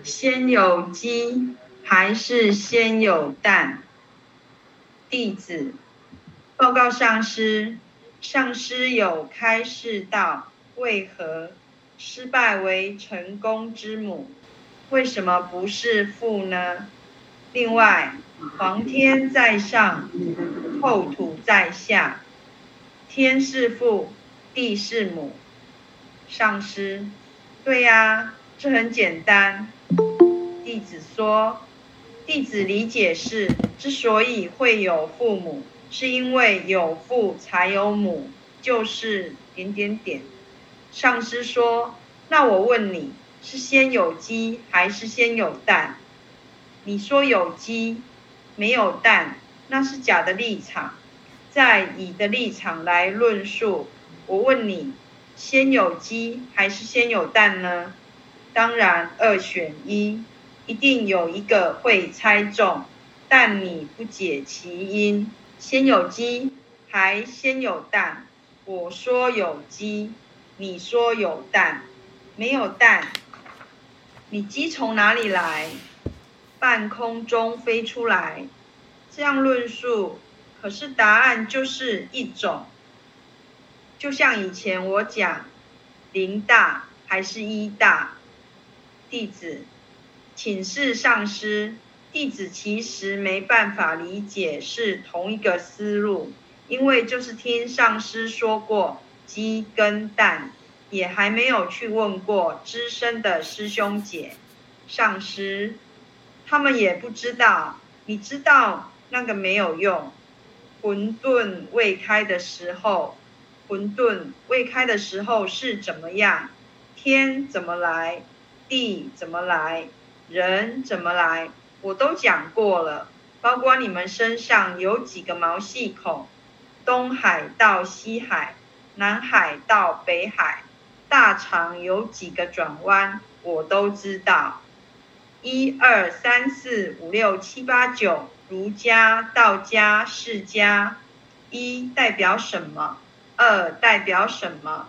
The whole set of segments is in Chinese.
先有鸡还是先有蛋？弟子报告上师，上师有开示道，为何失败为成功之母？为什么不是父呢？另外，皇天在上，后土在下，天是父，地是母。上师，对呀，这很简单。弟子说，弟子理解是，之所以会有父母，是因为有父才有母，就是点点点。上师说，那我问你，是先有鸡还是先有蛋？你说有鸡没有蛋，那是甲的立场，在乙的立场来论述。我问你，先有鸡还是先有蛋呢？当然二选一，一定有一个会猜中，但你不解其因。先有鸡还先有蛋？我说有鸡，你说有蛋，没有蛋，你鸡从哪里来？半空中飞出来，这样论述，可是答案就是一种。就像以前我讲零大还是一大，弟子请示上师，弟子其实没办法理解是同一个思路，因为就是听上师说过鸡跟蛋，也还没有去问过资深的师兄姐。上师他们也不知道，你知道那个没有用。混沌未开的时候，混沌未开的时候是怎么样？天怎么来？地怎么来？人怎么来？我都讲过了，包括你们身上有几个毛细孔，东海到西海，南海到北海，大肠有几个转弯，我都知道。1、2、3、4、5、6、7、8、9，儒家、道家、释家。1代表什么？2代表什么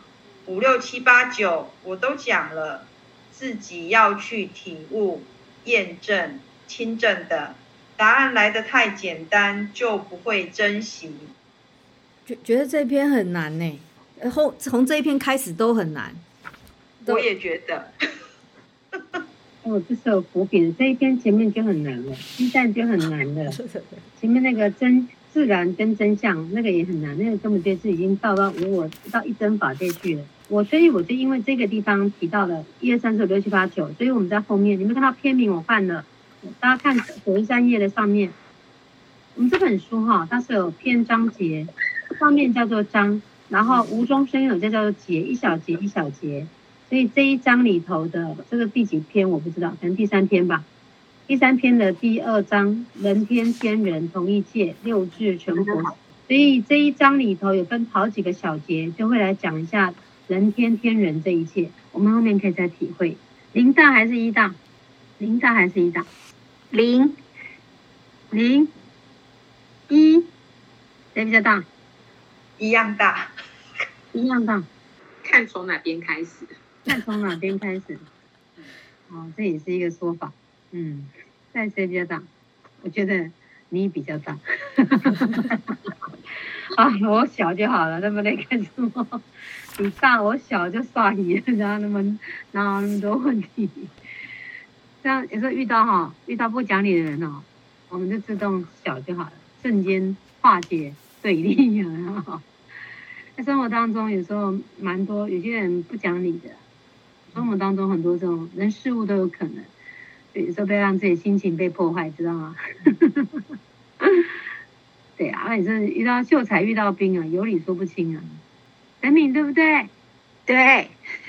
？5、6、7、8、9我都讲了，自己要去体悟、验证、亲证的。答案来得太简单，就不会珍惜。 觉得这篇很难呢，从这一篇开始都很难。 我也觉得。 这是有伏笔的，这一篇前面就很难了，鸡蛋就很难了，前面那个自然跟真相那个也很难，那个根本就是已经到无我到一真法这句了。所以我就因为这个地方提到了1、2、3、4、5、6、7、8、9，所以我们在后面，你们看到篇名我换了，大家看93页的上面，我们这本书它是有篇章节，上面叫做章，然后无中生有就叫做节，一小节一小节。所以这一章里头的这个第几篇我不知道，可能第3篇吧。第3篇的第2章，人天天人同一界，六智成佛。所以这一章里头有分好几个小节，就会来讲一下人天天人这一切。我们后面可以再体会。零大还是一大？零大还是一大？ 零一，谁比较大？ 一样大。 一样大。 看从哪边开始？ 看从哪边开始？这也是一个说法。在谁比较大？我觉得你比较大。我小就好了，对不对？看什么？你大我小就算了，哪有那么多问题？这样有时候遇到不讲理的人我们就自动小就好了，瞬间化解对立在生活当中有时候蛮多，有些人不讲理的，生活当中很多这种人事物都有可能，有时候被让自己心情被破坏，知道吗？对啊，你是遇到秀才遇到兵有理说不清神明对不对？ 对。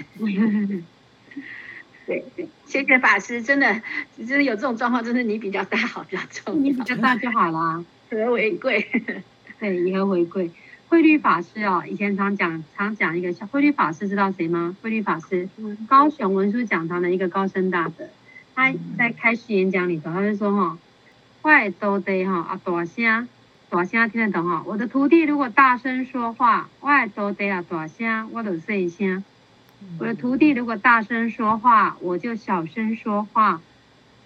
对，谢谢法师，真的有这种状况，真的你比较大好比较重要， 你比较大就好啦， 以和为贵。 对，以和为贵。慧律法师以前常讲一个慧律法师，知道谁吗？慧律法师，高雄文殊讲堂的一个高僧大德，他在开示演讲里头，他就说我都得大声听得懂我的徒弟如果大声说话，我都得大声，我就细声。我的徒弟如果大声说话，我就小声说话，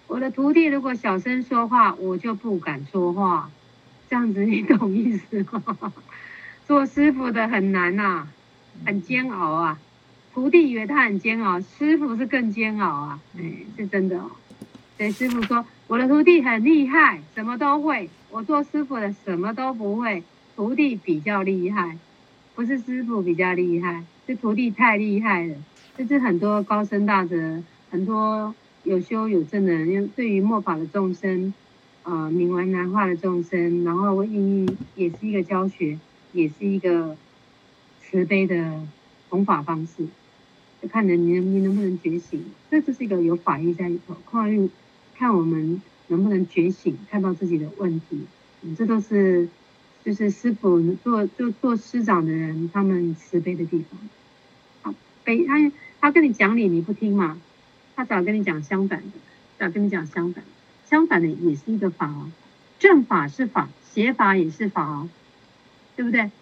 我的徒弟如果小声说话，我就不敢说话，这样子你懂意思吗？做师傅的很难呐，很煎熬啊。徒弟以为他很煎熬，师傅是更煎熬啊，是真的哦。所以师傅说，我的徒弟很厉害，什么都会。我做师傅的什么都不会，徒弟比较厉害，不是师傅比较厉害，是徒弟太厉害了。这是很多高僧大德，很多有修有证的人，对于末法的众生，冥顽难化的众生，然后意义也是一个教学，也是一个慈悲的弘法方式。就看你能不能觉醒，这是一个有法义在里头，看我们能不能觉醒，看到自己的问题，这都是就是师父做师长的人他们慈悲的地方。他跟你讲理你不听嘛，他早跟你讲相反的，相反的也是一个法哦，正法是法，邪法也是法哦，对不对？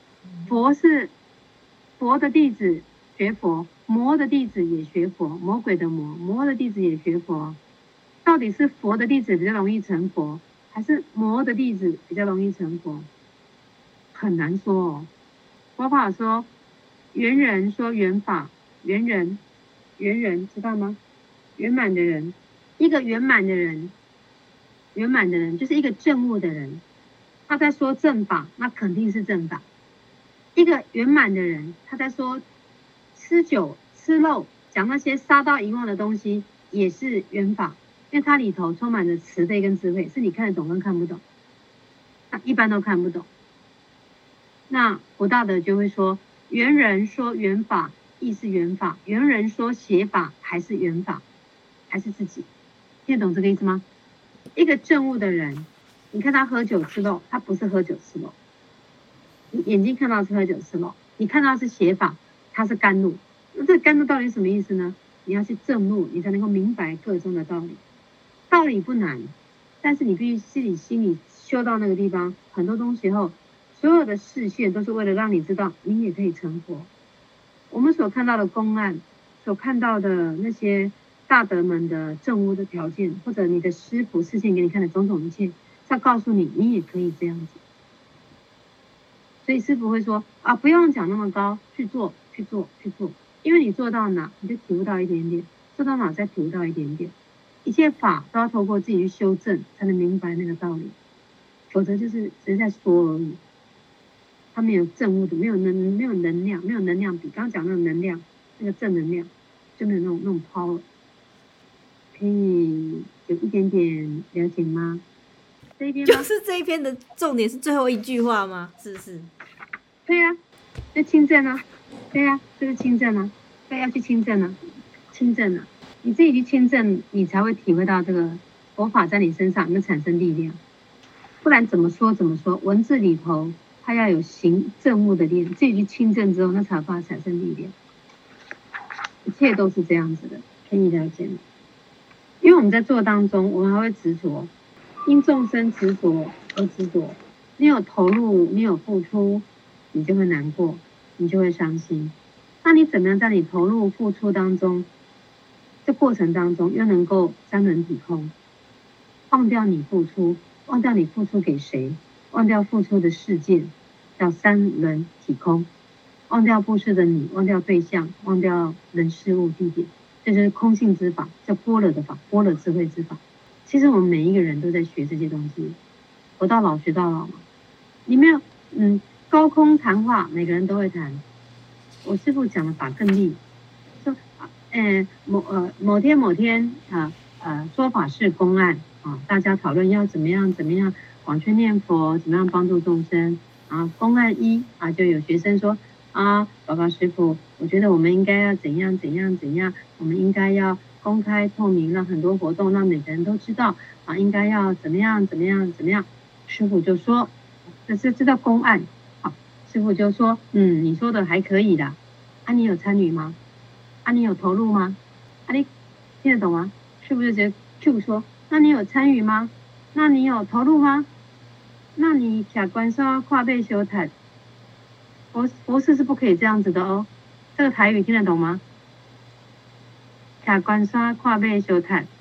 佛的弟子学佛，魔的弟子也学佛，魔鬼的魔的弟子也学佛。到底是佛的弟子比较容易成佛，还是魔的弟子比较容易成佛？很难说哦。佛法说圆人说圆法，圆人知道吗？圆满的人，一个圆满的人就是一个正悟的人，他在说正法，那肯定是正法。一个圆满的人，他在说吃酒吃肉，讲那些杀盗淫妄的东西，也是圆法，因为它里头充满着慈悲跟智慧，是你看得懂跟看不懂，一般都看不懂。那不大的就会说，圆人说圆法亦是圆法，圆人说邪法还是圆法，还是自己，听得懂这个意思吗？一个正悟的人，你看他喝酒吃肉，他不是喝酒吃肉，你眼睛看到是喝酒吃肉，你看到是邪法，他是甘露。那这个甘露到底是什么意思呢？你要去正悟，你才能够明白个中的道理。道理不难，但是你必须自己心里修到那个地方，很多东西后，所有的视线都是为了让你知道，你也可以成佛。我们所看到的公案，所看到的那些大德们的正悟的条件，或者你的师父示现给你看的种种一切，是要告诉你，你也可以这样子。所以师父会说啊，不用讲那么高，去做，因为你做到哪，你就体悟到一点点，做到哪再体悟到一点点。一切法都要透过自己去修正，才能明白那个道理，否则就是只是在说而已。它没有正悟的，没有能量，没有能量比。刚刚讲那种能量，那个正能量就没有那种 power。可以有一点点了解吗？这一篇就是这一篇的重点是最后一句话吗？是不是？ 对啊，就清正啊，对啊，就是清正啊，对，要去清正啊，清正啊，你自己去清正，你才会体会到这个佛法在你身上能产生力量。不然怎么说，文字里头它要有行正悟的力量，自己去清正之后，那才有办法产生力量。一切都是这样子的，可以了解吗？因为我们在做当中，我们还会执着，因众生执着而执着。你有投入，你有付出，你就会难过，你就会伤心。那你怎么样在你投入付出当中，这过程当中又能够三轮体空，忘掉你付出，忘掉你付出给谁，忘掉付出的事件，叫三轮体空，忘掉布施的你，忘掉对象，忘掉人事物地点，这就是空性之法，叫般若的法，般若智慧之法。其实我们每一个人都在学这些东西，活到老学到老嘛。你没有高空谈话，每个人都会谈。我师父讲的法更利，说某天说法是公案啊，大家讨论要怎么样广宣念佛，怎么样帮助众生啊。公案一啊，就有学生说啊，报告师父，我觉得我们应该要怎样，我们应该要公开透明，让很多活动让每个人都知道啊，应该要怎么样。师父就说，这叫公案。好，师父就说，你说的还可以的。啊，你有参与吗？啊，你有投入吗？啊，你听得懂吗？是不是直接就说，那你有参与吗？那你有投入吗？那你卡关说跨背修谈，佛事是不可以这样子的哦。这个台语听得懂吗？卡关刷跨背修谈，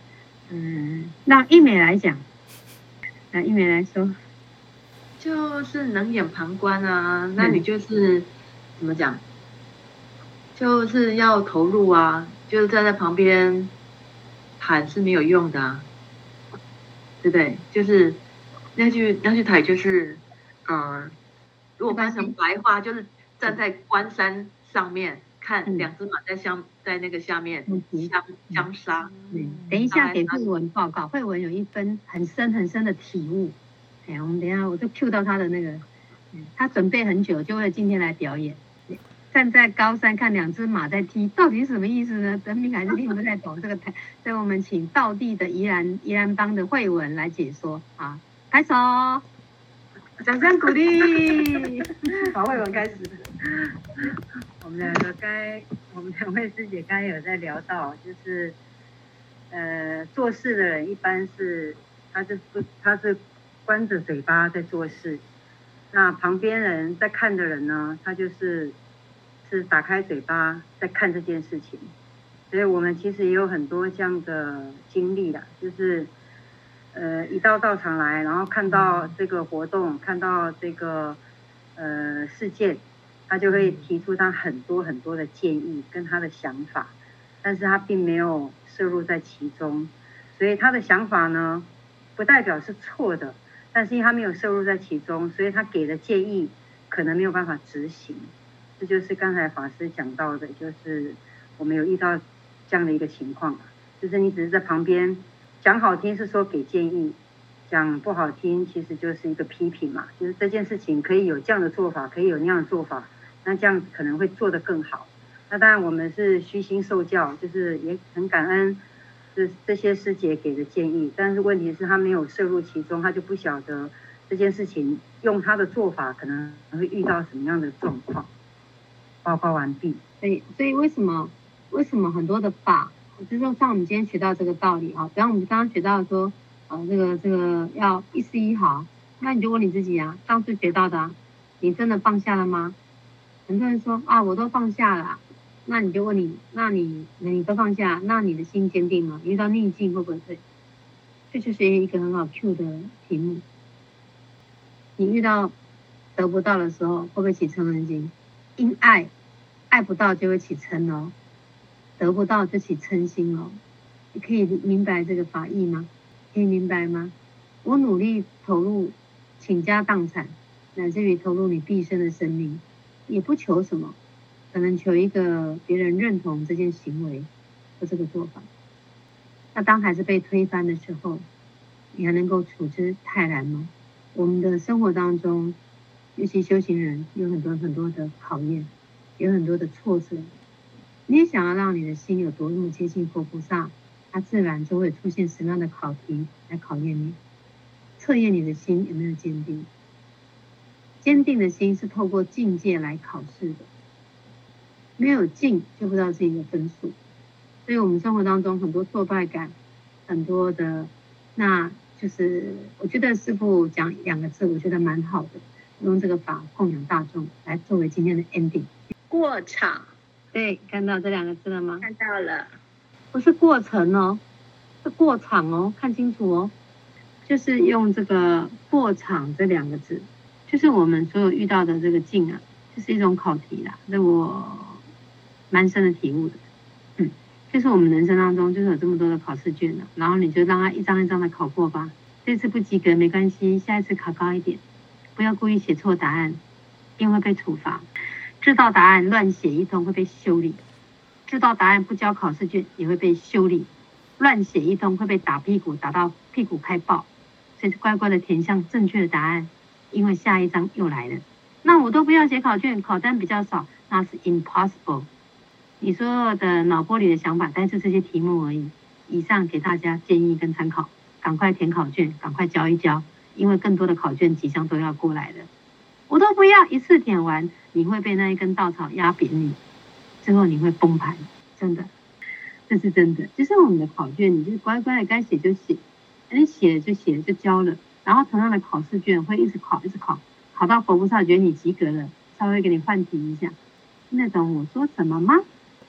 让一美来讲，让一美来说。 就是冷眼旁观啊，那你就是怎么讲？就是要投入啊，就是站在旁边喊是没有用的啊，对不对？就是那句台就是，如果翻成白话，就是站在关山上面看两只马在那个下面相杀。 等一下给慧文报告，慧文有一分很深很深的体悟。哎，我们等一下我就 cue 到他的那个，他准备很久，就为了今天来表演。站在高山看两只马在踢，到底是什么意思呢？德明还是听不太懂这个台，所以我们请道地的宜兰帮的慧文来解说啊，拍手，掌声鼓励。好，慧文开始。 我们两位师姐刚才有在聊到，就是做事的人一般是他是关着嘴巴在做事，那旁边人在看的人呢，他是打开嘴巴在看这件事情，所以我们其实也有很多这样的经历啦，就是一到道场来，然后看到这个活动，看到这个事件，他就会提出他很多很多的建议跟他的想法，但是他并没有摄入在其中，所以他的想法呢不代表是错的，但是因为他没有摄入在其中，所以他给的建议可能没有办法执行。这就是刚才法师讲到的，就是我们有遇到这样的一个情况，就是你只是在旁边讲好听是说给建议，讲不好听其实就是一个批评嘛，就是这件事情可以有这样的做法，可以有那样的做法，那这样可能会做得更好。那当然我们是虚心受教，就是也很感恩这些师姐给的建议，但是问题是他没有摄入其中，他就不晓得这件事情用他的做法可能会遇到什么样的状况。报告完毕。 所以为什么很多的法，就是说像我们今天学到这个道理啊，比方我们刚刚学到说，这个要一丝一毫，那你就问你自己啊，当初学到的你真的放下了吗？很多人说我都放下了，那你就问你，那你都放下，那你的心坚定吗？遇到逆境会不会退？这就是一个很好 Q 的题目。你遇到得不到的时候，会不会起嗔恨心？因爱不到就会起嗔哦，得不到就起嗔心哦。你可以明白这个法义吗？可以明白吗？我努力投入倾家荡产，乃至于投入你毕生的生命，也不求什么，可能求一个别人认同这件行为和这个做法。那当孩子被推翻的时候，你还能够处之泰然吗？我们的生活当中，尤其修行人有很多很多的考验，有很多的挫折。你也想要让你的心有多么接近佛菩萨，它自然就会出现什么样的考题来考验你，测验你的心有没有坚定。坚定的心是透过境界来考试的，没有境就不知道自己的分数。所以我们生活当中很多挫败感，很多的，那就是我觉得师父讲2个字，我觉得蛮好的，用这个法供养大众来作为今天的 ending。 过场。 对，看到这2个字了吗？ 看到了。 不是过程哦，是过场哦，看清楚哦。就是用这个过场这2个字，就是我们所有遇到的这个境啊，就是一种考题啦，这我蛮深的体悟的。就是我们人生当中就是有这么多的考试卷了，然后你就让它一张一张的考过吧。这次不及格没关系，下一次考高一点，不要故意写错答案，因为会被处罚。知道答案乱写一通会被修理，知道答案不交考试卷也会被修理，乱写一通会被打屁股，打到屁股开爆。所以乖乖的填上正确的答案，因为下一章又来了。那我都不要写考卷，考单比较少，那是 impossible。你所有的脑波里的想法，但是这些题目而已。以上给大家建议跟参考，赶快填考卷，赶快交一交，因为更多的考卷即将都要过来了。我都不要，一次填完，你会被那一根稻草压扁你，最后你会崩盘，真的，这是真的。就是我们的考卷，你就乖乖的该写就写，你写了就写了就交了，然后同样的考试卷会一直考，考到佛菩萨觉得你及格了，稍微给你换题一下。听得懂我说什么吗？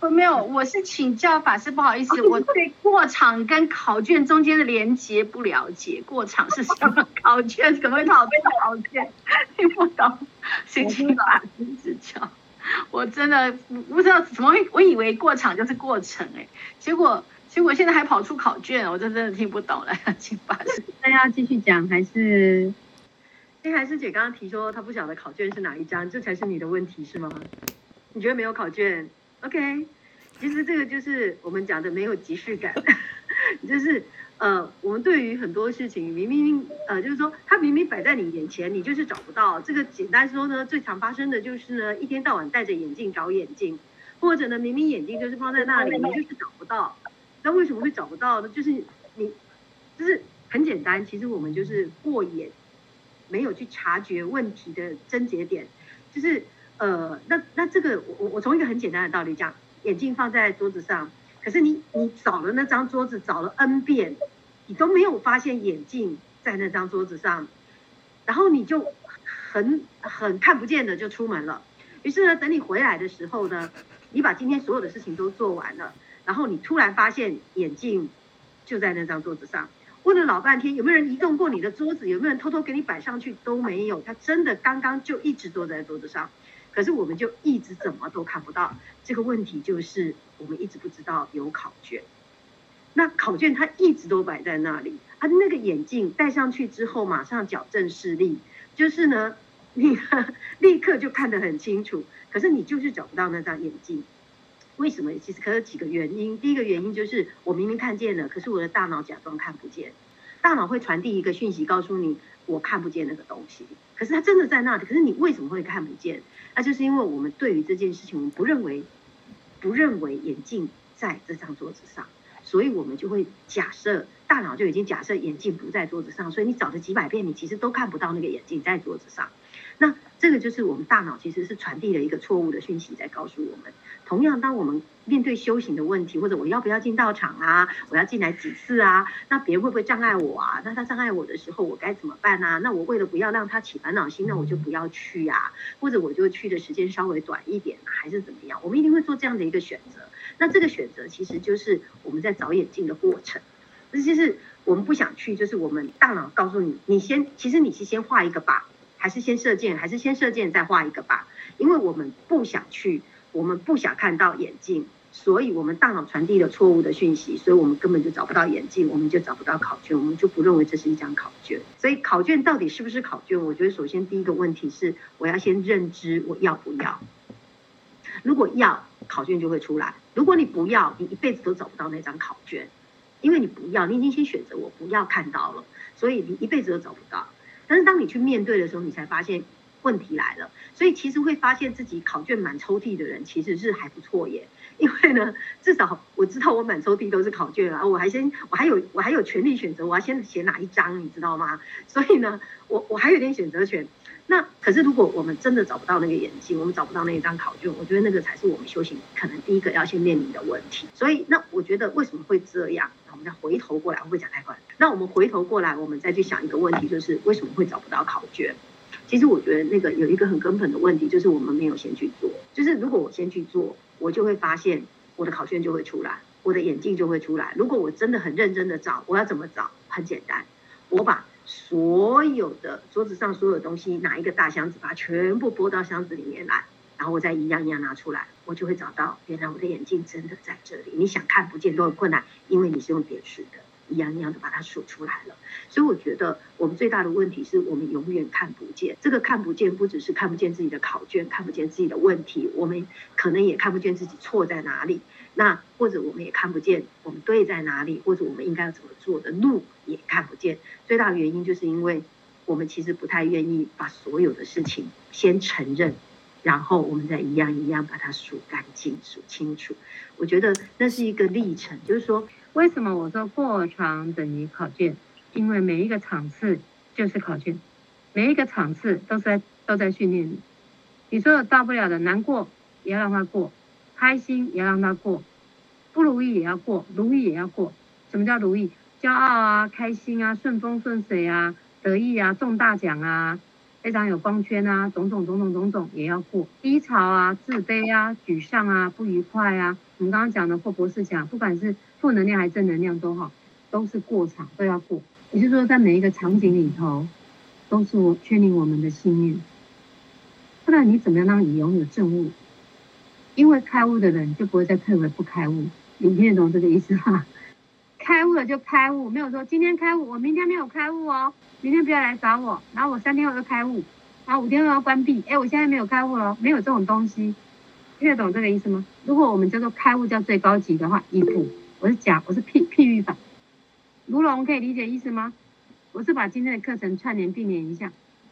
没有，我是请教法师，不好意思，我对过场跟考卷中间的连结不了解，过场是什么？考卷怎么会讨论考卷？听不懂，请法师指教。我真的不知道怎么会，我以为过场就是过程结果现在还跑出考卷，我真的听不懂了，请法师。 那要继续讲还是？ 还是姐刚刚提说她不晓得考卷是哪一张，这才是你的问题是吗？你觉得没有考卷 ？OK， 其实这个就是我们讲的没有即视感，就是我们对于很多事情明明就是说它明明摆在你眼前，你就是找不到。这个简单说呢，最常发生的就是呢，一天到晚戴着眼镜找眼镜，或者呢明明眼镜就是放在那里，你就是找不到。那为什么会找不到呢？就是就是很简单，其实我们就是过眼。没有去察觉问题的症结点，就是那这个我从一个很简单的道理讲，眼镜放在桌子上，可是你找了那张桌子找了 N 遍，你都没有发现眼镜在那张桌子上，然后你就很看不见的就出门了。于是呢，等你回来的时候呢，你把今天所有的事情都做完了，然后你突然发现眼镜就在那张桌子上。问了老半天，有没有人移动过你的桌子？有没有人偷偷给你摆上去？都没有，他真的刚刚就一直坐在桌子上，可是我们就一直怎么都看不到。这个问题就是我们一直不知道有考卷，那考卷它一直都摆在那里，那个眼镜戴上去之后马上矫正视力，就是呢，你立刻就看得很清楚，可是你就是找不到那张眼镜。为什么？其实可有几个原因。第一个原因就是我明明看见了，可是我的大脑假装看不见。大脑会传递一个讯息告诉你，我看不见那个东西，可是它真的在那里。可是你为什么会看不见？那就是因为我们对于这件事情，我们不认为眼镜在这张桌子上，所以我们就会假设，大脑就已经假设眼镜不在桌子上，所以你找了几百遍，你其实都看不到那个眼镜在桌子上。那这个就是我们大脑其实是传递了一个错误的讯息在告诉我们。同样，当我们面对修行的问题，或者我要不要进道场啊，我要进来几次啊，那别人会不会障碍我啊？那他障碍我的时候，我该怎么办啊？那我为了不要让他起烦恼心，那我就不要去啊，或者我就去的时间稍微短一点，还是怎么样？我们一定会做这样的一个选择。那这个选择其实就是我们在找眼镜的过程。这就是我们不想去，就是我们大脑告诉你，其实你是先画一个靶，还是先射箭，还是先射箭再画一个靶？因为我们不想去。我们不想看到眼镜，所以我们大脑传递了错误的讯息，所以我们根本就找不到眼镜，我们就找不到考卷，我们就不认为这是一张考卷。所以考卷到底是不是考卷？我觉得首先第一个问题是，我要先认知我要不要。如果要，考卷就会出来；如果你不要，你一辈子都找不到那张考卷，因为你不要，你已经先选择我不要看到了，所以你一辈子都找不到。但是当你去面对的时候，你才发现问题来了。所以其实会发现自己考卷满抽屉的人其实是还不错耶，因为呢，至少我知道我满抽屉都是考卷啊，我还有权利选择我要先写哪一张，你知道吗？所以呢，我还有点选择权。那可是如果我们真的找不到那个眼镜，我们找不到那一张考卷，我觉得那个才是我们修行可能第一个要先面临的问题。所以那我觉得为什么会这样？我们再回头过来，会不会讲太快？那我们回头过来，我们再去想一个问题，就是为什么会找不到考卷？其实我觉得那个有一个很根本的问题，就是我们没有先去做。就是如果我先去做，我就会发现我的考卷就会出来，我的眼镜就会出来。如果我真的很认真的找，我要怎么找？很简单，我把所有的桌子上所有的东西拿一个大箱子，把它全部拨到箱子里面来，然后我再一样一样拿出来，我就会找到原来我的眼镜真的在这里。你想看不见都很困难，因为你是用点数的。一样一样的把它数出来了。所以我觉得我们最大的问题是我们永远看不见。这个看不见不只是看不见自己的考卷，看不见自己的问题，我们可能也看不见自己错在哪里，那或者我们也看不见我们对在哪里，或者我们应该要怎么做的路也看不见。最大的原因就是因为我们其实不太愿意把所有的事情先承认，然后我们再一样一样把它数干净数清楚。我觉得那是一个历程，就是说为什么我说过场等于考卷？因为每一个场次就是考卷，每一个场次都在训练你。你说有大不了的，难过也要让他过，开心也要让他过，不如意也要过，如意也要过。什么叫如意？骄傲啊，开心啊，顺风顺水啊，得意啊，中大奖啊， 非常有光圈啊，种种也要过。低潮啊、自卑啊、沮丧啊、不愉快啊，我们刚刚讲的霍博士讲，不管是负能量还是正能量都好，都是过场，都要过。也就是说，在每一个场景里头，都是确定我们的信念。不然你怎么样让你拥有正悟？因为开悟的人就不会再退回不开悟。你听得懂这个意思吗？开悟了就开悟，没有说今天开悟，我明天没有开悟哦，明天不要来找我，然后我3天后又开悟，然后5天后要关闭，我现在没有开悟了，没有这种东西，听得懂这个意思吗？如果我们叫做开悟叫最高级的话，一步，我是譬喻法。卢龙可以理解意思吗？我是把今天的课程串联并联一下。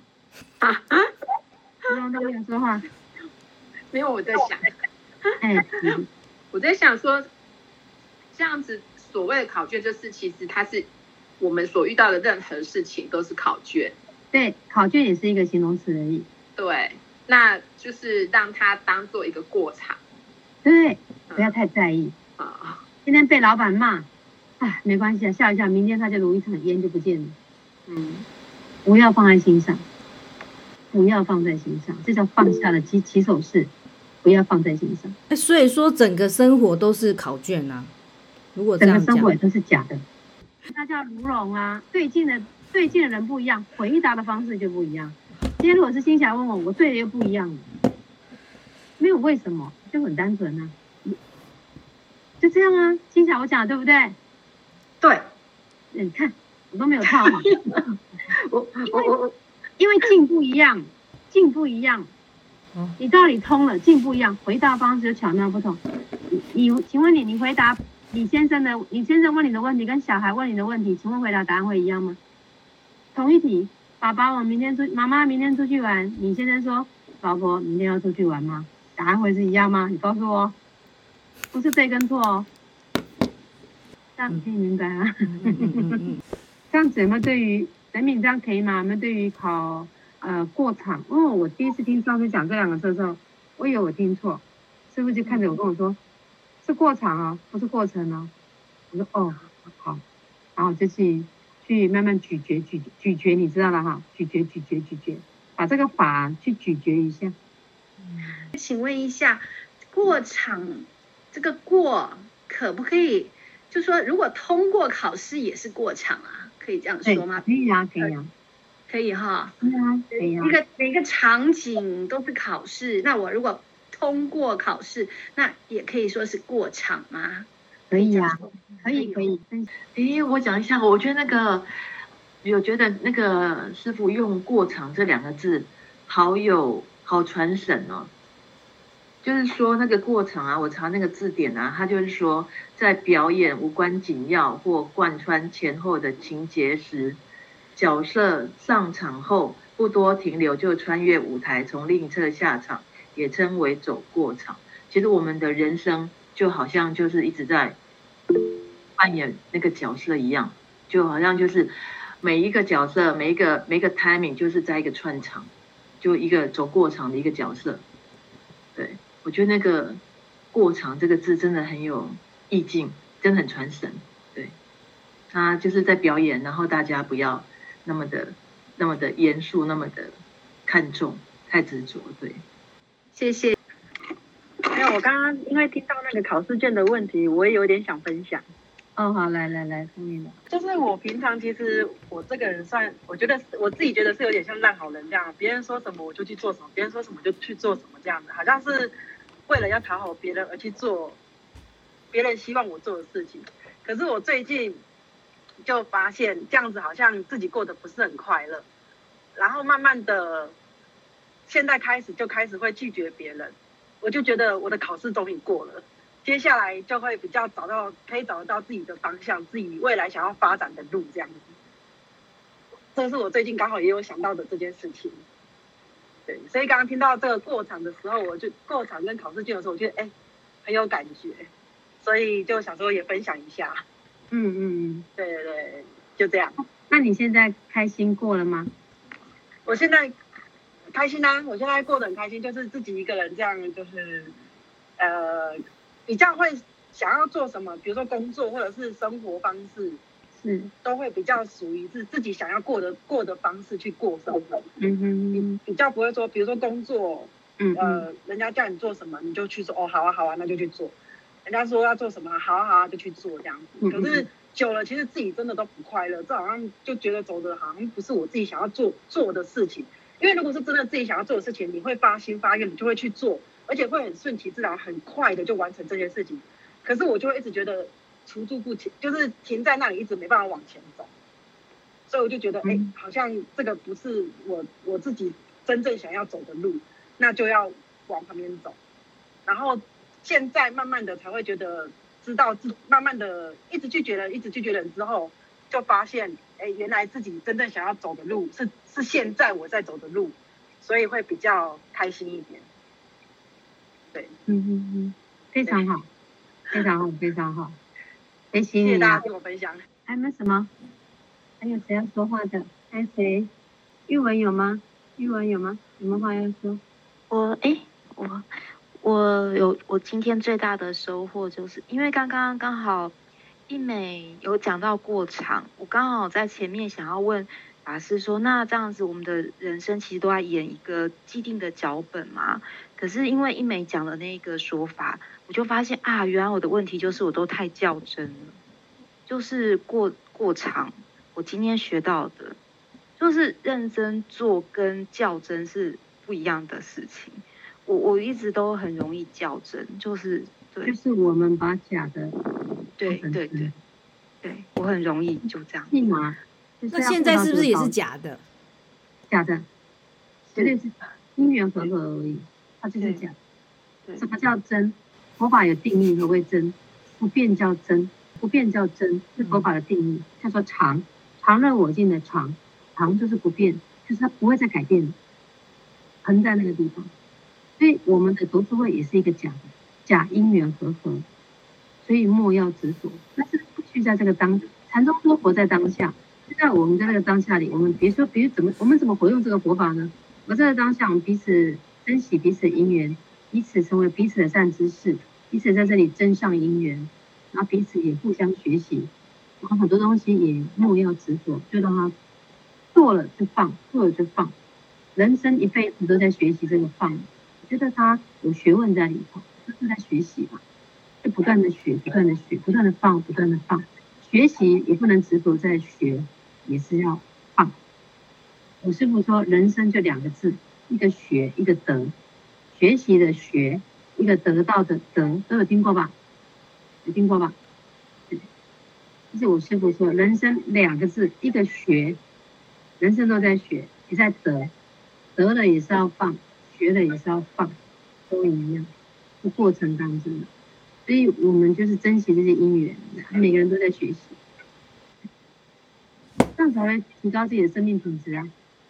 卢龙都没有说话。 没有，我在想， 我在想说，这样子所谓的考卷，就是其实它是我们所遇到的任何事情都是考卷。 对，考卷也是一个形容词而已。 对，那就是让它当做一个过场。 对，不要太在意。今天被老板骂，没关系啊，笑一笑，明天他就如一场烟就不见了。不要放在心上，不要放在心上，这叫放下的起手式。不要放在心上。 所以说整个生活都是考卷啊。如果这样讲， 整个生活也都是假的。那叫卢龙啊，对镜的人不一样，回答的方式就不一样。今天如果是金霞问我，我对的又不一样了，没有为什么，就很单纯啊，就这样啊。金霞我讲的对不对？ 对， 你看我都没有套好。因为镜不一样，你道理通了，镜不一样，回答方式就巧妙不同。请问你回答你先生问你的问题跟小孩问你的问题，请问回答答案会一样吗？同一题，妈妈明天出去玩，你先生说老婆明天要出去玩吗？答案会是一样吗？你告诉我，不是对跟错哦。这样你可以明白啊。这样子有没有对于人敏这样可以吗？有没有对于考过场？我第一次听上次讲这2个字的时候，我以为我听错，师傅就看着我跟我说是过场啊，不是过程啊。我说哦好，然后就去慢慢咀嚼，你知道了哈，咀嚼，把这个法去咀嚼一下。 请问一下，过场这个过可不可以，就说如果通过考试也是过场啊，可以这样说吗？ 可以啊， 可以哈。 可以啊。 每个场景都是考试，那我如果通过考试，那也可以说是过场吗？ 可以啊，可以。 我讲一下，我觉得那个师父用过场这2个字好传神哦。就是说那个过场啊，我查那个字典啊，它就是说在表演无关紧要或贯穿前后的情节时，角色上场后不多停留就穿越舞台从另一侧下场，也称为走过场。其实我们的人生就好像就是一直在扮演那个角色一样，就好像就是每一个角色每一个 timing 就是在一个串场，就一个走过场的一个角色。对，我觉得那个过场这个字真的很有意境，真的很传神。对，他就是在表演，然后大家不要那么的严肃，那么的看重，太执着。对， 谢谢。 没有，我刚刚因为听到那个考试卷的问题，我也有点想分享。 好，来，聪明的。 就是我平常其实我这个人我觉得我自己觉得是有点像烂好人这样，别人说什么我就去做什么，别人说什么就去做什么这样子，好像是为了要讨好别人而去做别人希望我做的事情。可是我最近就发现这样子好像自己过得不是很快乐，然后慢慢的现在开始会拒绝别人，我就觉得我的考试终于过了，接下来就会比较可以找得到自己的方向，自己未来想要发展的路这样子。这是我最近刚好也有想到的这件事情。对，所以刚刚听到这个过场的时候，我就过场跟考试卷的时候，我觉得很有感觉，所以就想说也分享一下。对，就这样。 那你现在开心过了吗？ 我现在开心啊，我现在过得很开心，就是自己一个人这样，就是比较会想要做什么，比如说工作或者是生活方式， 是都会比较属于是自己想要过的方式去过生活。比较不会说，比如说工作，人家叫你做什么你就去做，哦，好啊，那就去做。人家说要做什么，好啊，就去做这样子。可是久了，其实自己真的都不快乐，这好像就觉得走的好像不是我自己想要做的事情。因为如果是真的自己想要做的事情，你会发心发愿，你就会去做，而且会很顺其自然，很快的就完成这件事情。可是我就会一直觉得蹰跎不前，就是停在那里，一直没办法往前走。所以我就觉得，好像这个不是我自己真正想要走的路，那就要往旁边走。然后现在慢慢的才会觉得，知道慢慢的一直拒绝人之后，就发现，原来自己真正想要走的路是现在我在走的路，所以会比较开心一点。对， 非常好，非常好，非常好。谢谢大家听我分享。 还有没有什么？还有谁要说话的？还有谁？玉文有吗？有什么话要说？ 我今天最大的收获就是因为刚好一美有讲到过场，我刚好在前面想要问法师说，那这样子我们的人生其实都在演一个既定的脚本嘛？可是因为一美讲的那个说法，我就发现啊，原来我的问题就是我都太较真了，就是过场。我今天学到的，就是认真做跟较真是不一样的事情。我一直都很容易较真，就是对， 就是我们把假的， 对，我很容易就这样。 是吗？ 那现在是不是也是假的？ 假的，绝对是因缘和合而已，它就是假的。什么叫真？佛法有定义，何谓真？不变叫真，不变叫真，是佛法的定义，叫做常。常乐我净的常，常就是不变，就是它不会再改变的，恒在那个地方。所以我们的读书会也是一个假的，假因缘和合，所以莫要执着。但是必须在这个禅宗说活在当下，就在我们在这个当下里，我们我们怎么活用这个佛法呢？我在当下，我们彼此珍惜彼此因缘，彼此成为彼此的善知识，彼此在这里增上因缘，然后彼此也互相学习，然后很多东西也莫要执着，就让它做了就放，做了就放。人生一辈子都在学习这个放。觉得他有学问在里头，就是在学习嘛，就不断的学，不断的学，不断的放，不断的放。学习也不能执着在学，也是要放。我师父说，人生就2个字，一个学，一个得。学习的学，一个得到的得，都有听过吧？有听过吧？这是我师父说，人生2个字，一个学，人生都在学，也在得，得了也是要放。学的也是要放，都一样，是过程当中的，所以我们就是珍惜这些因缘，每个人都在学习，这样才会提高自己的生命品质啊，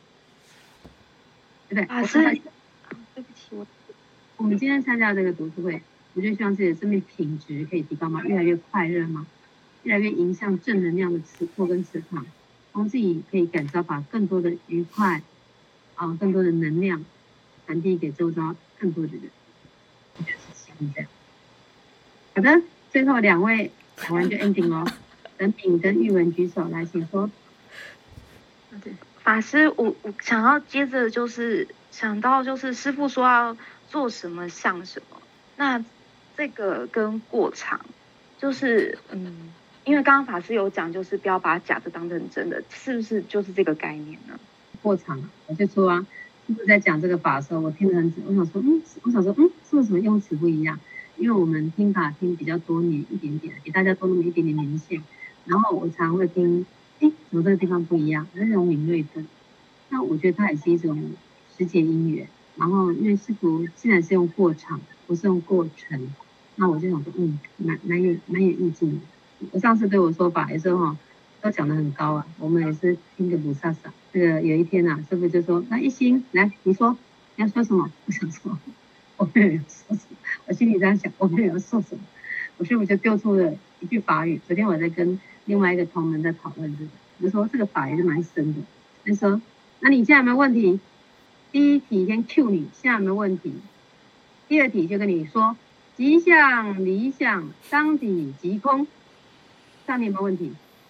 对不对？ 对不起， 我们今天参加这个读书会，我就希望自己的生命品质可以提高嘛，越来越快乐嘛，越来越迎向正能量的磁波跟磁场，让自己可以感召把更多的愉快更多的能量。传递给周遭更多的人，我觉得是希望这样。好的，最后2位讲完就 ending 哦。等品跟玉文举手来，请说。 法师，我想要接着就是想到就是师父说要做什么像什么，那这个跟过场就是因为刚刚法师有讲就是不要把假的当成真的，是不是就是这个概念呢？ 过场，我就说啊。在讲这个法的时候，我听得很仔细。我想说，是不是什么用词不一样？因为我们听法听比较多年一点点，给大家多那么一点点年限。然后我常会听，怎么这个地方不一样？那种敏锐的。那我觉得它也是一种时节因缘。然后因为师父既然是用过场，不是用过程，那我就想说，蛮有意境的。我上次对我说法也是都讲得很高啊，我们也是听个不飒飒。这个有一天啊，师父就说：“那一心来，你说你要说什么？”我想说，我没有要说什么，我心里这样想，我没有要说什么。我师父就丢出了一句法语。昨天我在跟另外一个同门在讨论这个，我就说这个法也是蛮深的。他说：“那你现在有没有问题？第一题先 Q 你，现在有没有问题？第2题就跟你说，吉祥理想当体即空，这样你有没有问题？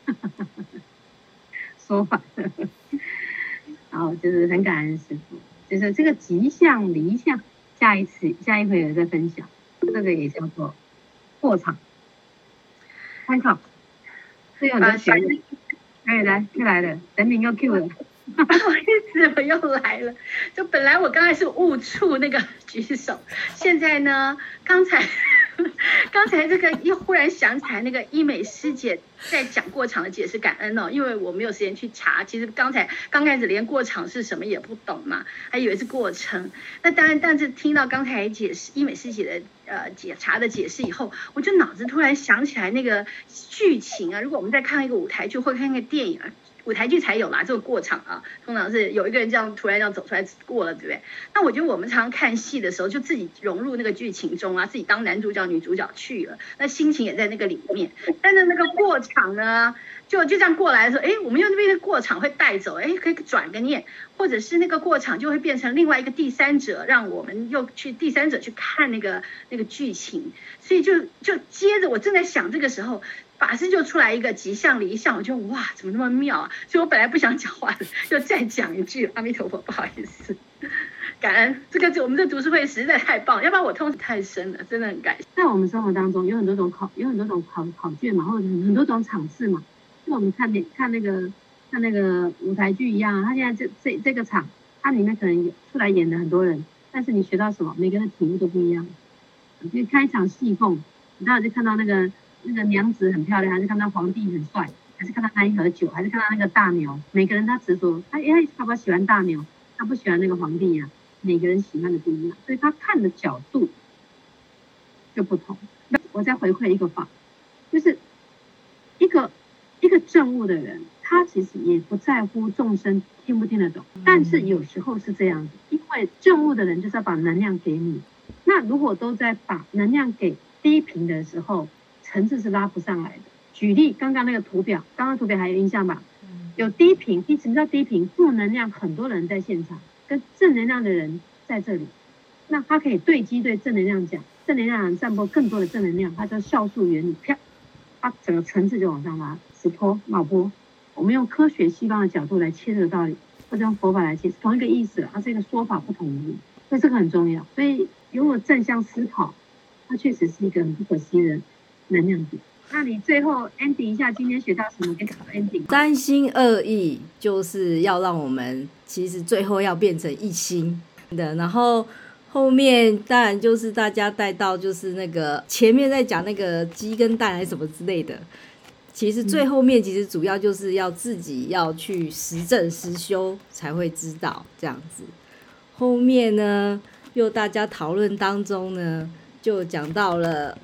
说法。然后就是很感恩师父，就是这个吉祥离相，下一回有再分享，这个也叫做过场参考。这有人学的，来又来了，等你又 Q 了。 不好意思，我又来了。就本来我刚才是误触那个举手，现在呢，刚才这个又忽然想起来，那个医美师姐在讲过场的解释，感恩哦，因为我没有时间去查。其实刚开始连过场是什么也不懂嘛，还以为是过程。那当然，但是听到刚才医美师姐的解释以后，我就脑子突然想起来那个剧情啊。如果我们在看一个舞台剧或看一个电影啊。舞台剧才有啦，这种过场啊，通常是有一个人突然这样走出来过了，对不对？那我觉得我们常常看戏的时候，就自己融入那个剧情中啊，自己当男主角、女主角去了，那心情也在那个里面。但是那个过场呢，就这样过来的时候，哎，我们用那边的过场会带走，哎，可以转个念，或者是那个过场就会变成另外一个第三者，让我们又去第三者去看那个剧情，所以就接着我正在想这个时候。法师就出来一个吉祥离相，我就哇，怎么那么妙啊！所以我本来不想讲话的，就再讲一句阿弥陀佛，不好意思，感恩我们这读书会实在太棒，要不然我通识太深了，真的很感谢。 在我们生活当中有很多种考卷嘛，或者很多种场次嘛，就我们看那个舞台剧一样，他现在这个场，它里面可能出来演的很多人，但是你学到什么，每个人的体悟都不一样。你看一场戏凤，你当然就看到那个娘子很漂亮，还是看到皇帝很帅，还是看到那一盒酒，还是看到那个大牛，每个人他执着，他不喜欢大牛，他不喜欢那个皇帝啊，每个人喜欢的不一样，所以他看的角度就不同。我再回馈一个法，就是一个证悟的人，他其实也不在乎众生听不听得懂，但是有时候是这样子，因为证悟的人就是要把能量给你，那如果都在把能量给低频的时候，层次是拉不上来的。举例，刚刚那个图表，还有印象吧？有低频，什么叫低频？负能量很多人在现场，跟正能量的人在这里，那他可以对机对正能量讲，正能量散播更多的正能量，它叫酵素原理，啪，它整个层次就往上拉，磁波、脑波。我们用科学西方的角度来切这个道理，或者用佛法来切，是同一个意思，它是一个说法不同意，所以这个很重要。所以如果正向思考，它确实是一个很不可思议的能量点。那你最后 ending 一下，今天学到什么？跟 ending。 三心二意就是要让我们其实最后要变成一心的，然后后面当然就是大家带到就是那个前面在讲那个鸡跟蛋还是什么之类的，其实最后面其实主要就是要自己要去实证实修才会知道这样子。后面呢又大家讨论当中呢就讲到了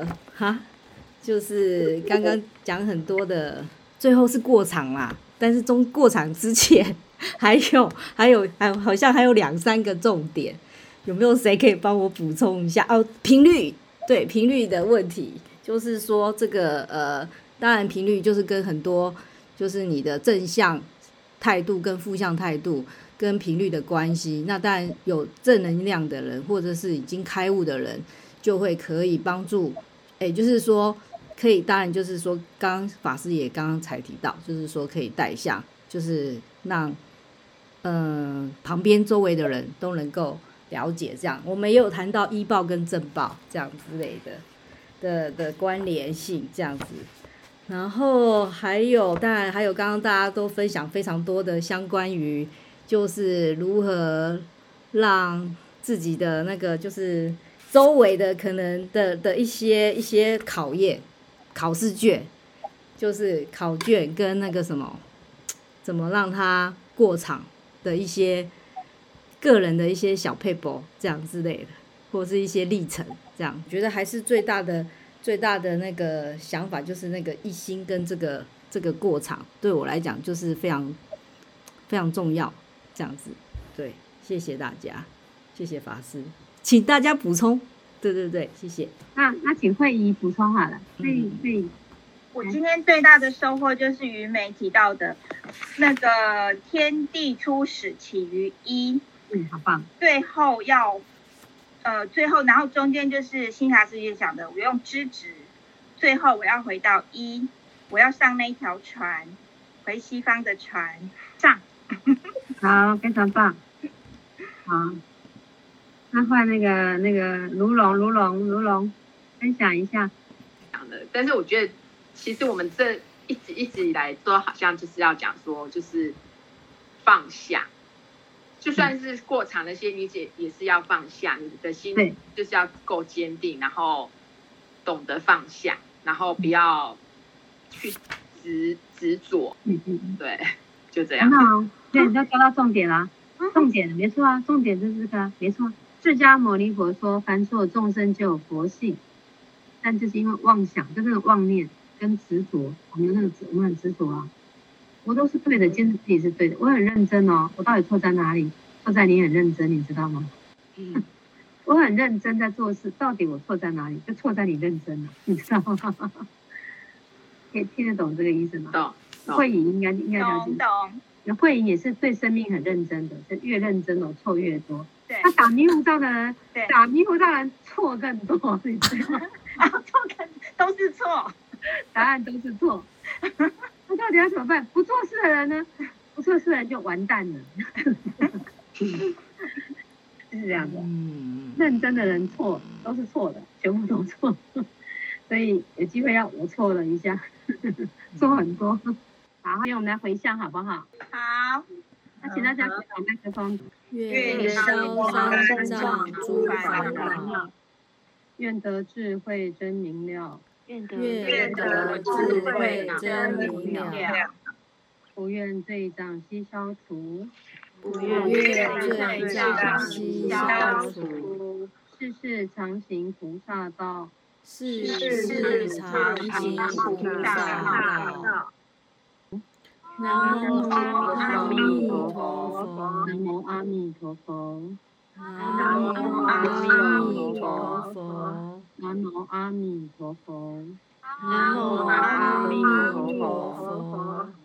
就是刚刚讲很多的，最后是过场啦，但是过场之前还好像还有2-3个重点，有没有谁可以帮我补充一下？频率，对，频率的问题，就是说这个当然频率就是跟很多就是你的正向态度跟负向态度跟频率的关系，那当然有正能量的人或者是已经开悟的人就会可以帮助，就是说可以，当然就是说刚法师也刚刚才提到，就是说可以带向，就是让旁边周围的人都能够了解这样。我们也有谈到依报跟正报这样之类的关联性这样子，然后当然还有刚刚大家都分享非常多的相关于就是如何让自己的那个就是周围的可能的一些考验考试卷，就是考卷跟那个什么怎么让它过场的一些个人的一些小撇步这样之类的，或是一些历程这样。觉得还是最大的那个想法就是那个一心跟这个过场对我来讲就是非常非常重要这样子。对，谢谢大家，谢谢法师，请大家补充。对，谢谢。 那请慧仪补充好了。可以。 我今天最大的收获就是于美提到的那个天地初始起于一， 好棒。 最后然后中间就是新茶师姐讲的，我用知止，最后我要回到一， 我要上那条船，回西方的船上。 好，非常棒。好，那换那个卢龙分享一下。 但是我觉得，其实我们这一直以来都好像就是要讲说，就是放下。就算是过场那些，你也是要放下，你的心就是要够坚定，然后懂得放下，然后不要去执着。对，就这样。 很好，对，你就抓到重点啦。重点没错啊，重点就是这个啊，没错。释迦牟尼佛说，凡所有众生就有佛性，但就是因为妄想，就那个妄念跟执着，我们很执着啊。我都是对的，坚持自己是对的，我很认真哦。我到底错在哪里？错在你很认真，你知道吗？我很认真在做事，到底我错在哪里？就错在你认真了，你知道吗？可以听得懂这个意思吗？ 懂。 慧颖应该了解。懂。慧颖也是对生命很认真的，是越认真哦，错越多。 对。 他打迷糊仗的人，打迷糊仗的人错更多，你知道吗？ 都是错， 答案都是错。那到底要怎么办？不做事的人呢？不做事的人就完蛋了。是这样的。认真的人错都是错的，全部都错。所以有机会要我错了一下，错很多。好，因为我们来回向好不好？ 好。 那请大家举好麦克风。 愿消三障诸烦恼， 愿得智慧真明了。 愿得智慧真明了， 不愿罪障悉消除， 不愿罪障悉消除， 世世常行菩萨道， 世世常行菩萨道。南无阿弥陀佛， 南无阿弥陀佛， 南无阿弥陀佛， 南无阿弥陀佛， 南无阿弥陀佛。